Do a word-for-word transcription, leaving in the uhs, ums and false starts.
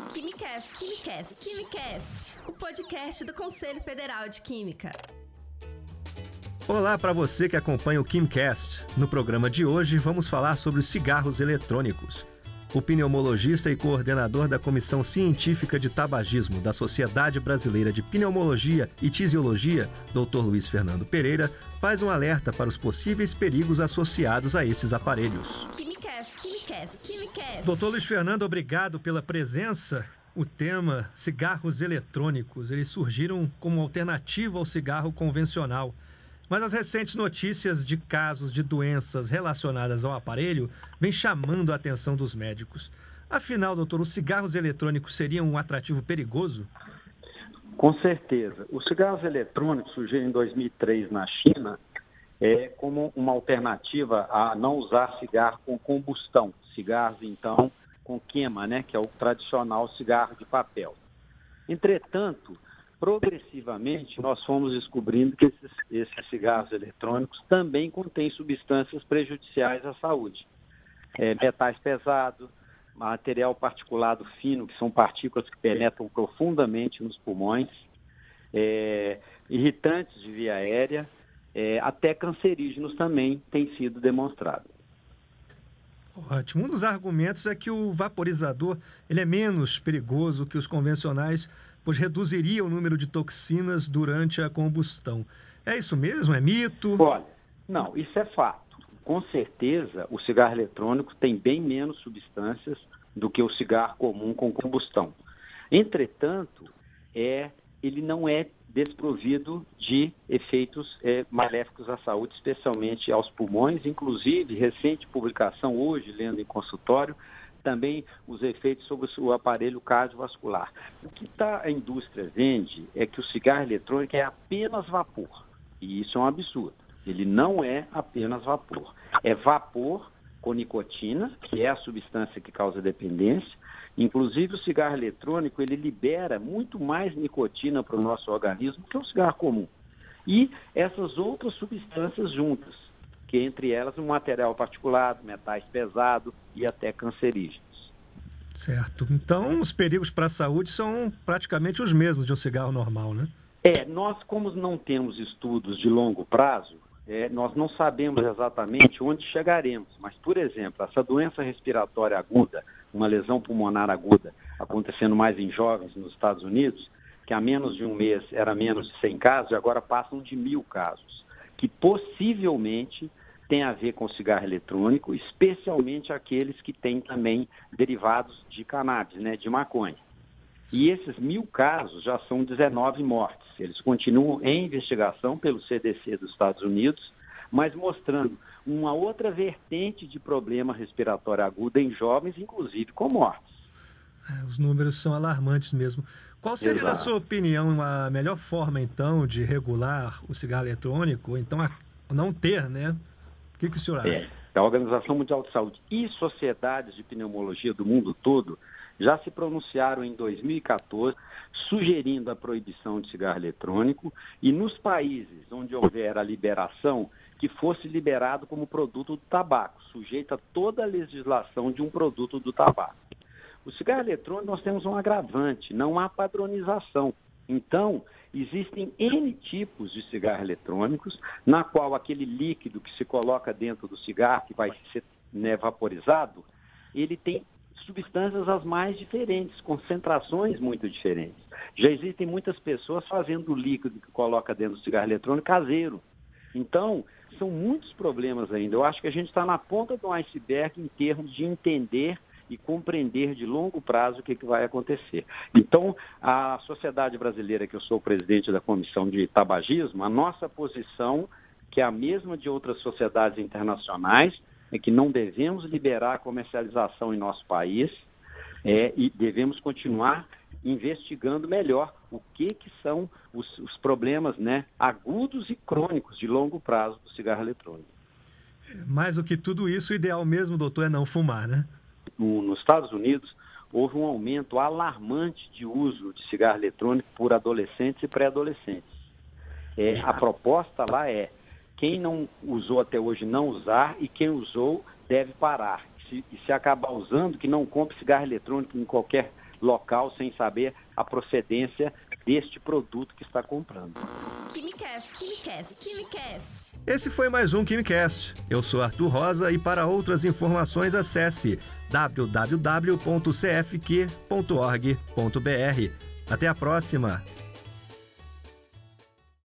Quimicast, Quimicast, Quimicast, o podcast do Conselho Federal de Química. Olá para você que acompanha o Quimicast. No programa de hoje vamos falar sobre os cigarros eletrônicos. O pneumologista e coordenador da Comissão Científica de Tabagismo da Sociedade Brasileira de Pneumologia e Tisiologia, doutor Luiz Fernando Pereira, faz um alerta para os possíveis perigos associados a esses aparelhos. Quimicast, Quimicast, Quimicast. doutor Luiz Fernando, obrigado pela presença. O tema cigarros eletrônicos, eles surgiram como alternativa ao cigarro convencional. Mas as recentes notícias de casos de doenças relacionadas ao aparelho vêm chamando a atenção dos médicos. Afinal, doutor, os cigarros eletrônicos seriam um atrativo perigoso? Com certeza. Os cigarros eletrônicos surgiram em dois mil e três na China é, como uma alternativa a não usar cigarro com combustão. Cigarros, então, com queima, né, que é o tradicional cigarro de papel. Entretanto, progressivamente, nós fomos descobrindo que esses, esses cigarros eletrônicos também contêm substâncias prejudiciais à saúde. É, metais pesados, material particulado fino, que são partículas que penetram profundamente nos pulmões, é, irritantes de via aérea, é, até cancerígenos também tem sido demonstrado. Ótimo. Um dos argumentos é que o vaporizador ele é menos perigoso que os convencionais, pois reduziria o número de toxinas durante a combustão. É isso mesmo? É mito? Olha, não, isso é fato. Com certeza, o cigarro eletrônico tem bem menos substâncias do que o cigarro comum com combustão. Entretanto, é, ele não é desprovido de efeitos é, maléficos à saúde, especialmente aos pulmões. Inclusive, recente publicação hoje, lendo em consultório, também os efeitos sobre o aparelho cardiovascular. O que tá, a indústria vende é que o cigarro eletrônico é apenas vapor. E isso é um absurdo. Ele não é apenas vapor. É vapor com nicotina, que é a substância que causa dependência. Inclusive, o cigarro eletrônico ele libera muito mais nicotina para o nosso organismo que o cigarro comum. E essas outras substâncias juntas, que entre elas um material particulado, metais pesados e até cancerígenos. Certo. Então, os perigos para a saúde são praticamente os mesmos de um cigarro normal, né? É, nós como não temos estudos de longo prazo, é, nós não sabemos exatamente onde chegaremos. Mas, por exemplo, essa doença respiratória aguda, uma lesão pulmonar aguda, acontecendo mais em jovens nos Estados Unidos, que há menos de um mês era menos de cem casos, e agora passam de mil casos, que possivelmente tem a ver com o cigarro eletrônico, especialmente aqueles que têm também derivados de cannabis, né, de maconha. E esses mil casos já são dezenove mortes. Eles continuam em investigação pelo C D C dos Estados Unidos, mas mostrando uma outra vertente de problema respiratório agudo em jovens, inclusive com mortes. É, os números são alarmantes mesmo. Qual seria, Exato. Na sua opinião, a melhor forma, então, de regular o cigarro eletrônico, ou então a não ter, né? O que, que o senhor acha? É, a Organização Mundial de Saúde e sociedades de pneumologia do mundo todo já se pronunciaram em dois mil e quatorze, sugerindo a proibição de cigarro eletrônico e nos países onde houver a liberação, que fosse liberado como produto do tabaco, sujeito a toda a legislação de um produto do tabaco. O cigarro eletrônico nós temos um agravante, não há padronização. Então, existem N tipos de cigarros eletrônicos, na qual aquele líquido que se coloca dentro do cigarro, que vai ser, né, vaporizado, ele tem substâncias as mais diferentes, concentrações muito diferentes. Já existem muitas pessoas fazendo o líquido que coloca dentro do cigarro eletrônico caseiro. Então, são muitos problemas ainda. Eu acho que a gente está na ponta do iceberg em termos de entender e compreender de longo prazo o que, que vai acontecer. Então, a sociedade brasileira, que eu sou o presidente da Comissão de Tabagismo, a nossa posição, que é a mesma de outras sociedades internacionais, é que não devemos liberar a comercialização em nosso país é, e devemos continuar investigando melhor o que, que são os, os problemas, né, agudos e crônicos de longo prazo do cigarro eletrônico. Mais do que tudo isso, o ideal mesmo, doutor, é não fumar, né? No, nos Estados Unidos, houve um aumento alarmante de uso de cigarro eletrônico por adolescentes e pré-adolescentes. É, a proposta lá é: quem não usou até hoje, não usar, e quem usou deve parar. Se, e se acabar usando, que não compre cigarro eletrônico em qualquer local sem saber a procedência deste produto que está comprando. KimiCast, KimiCast, KimiCast. Esse foi mais um KimiCast. Eu sou Arthur Rosa e para outras informações acesse w w w ponto c f q ponto org ponto b r. Até a próxima!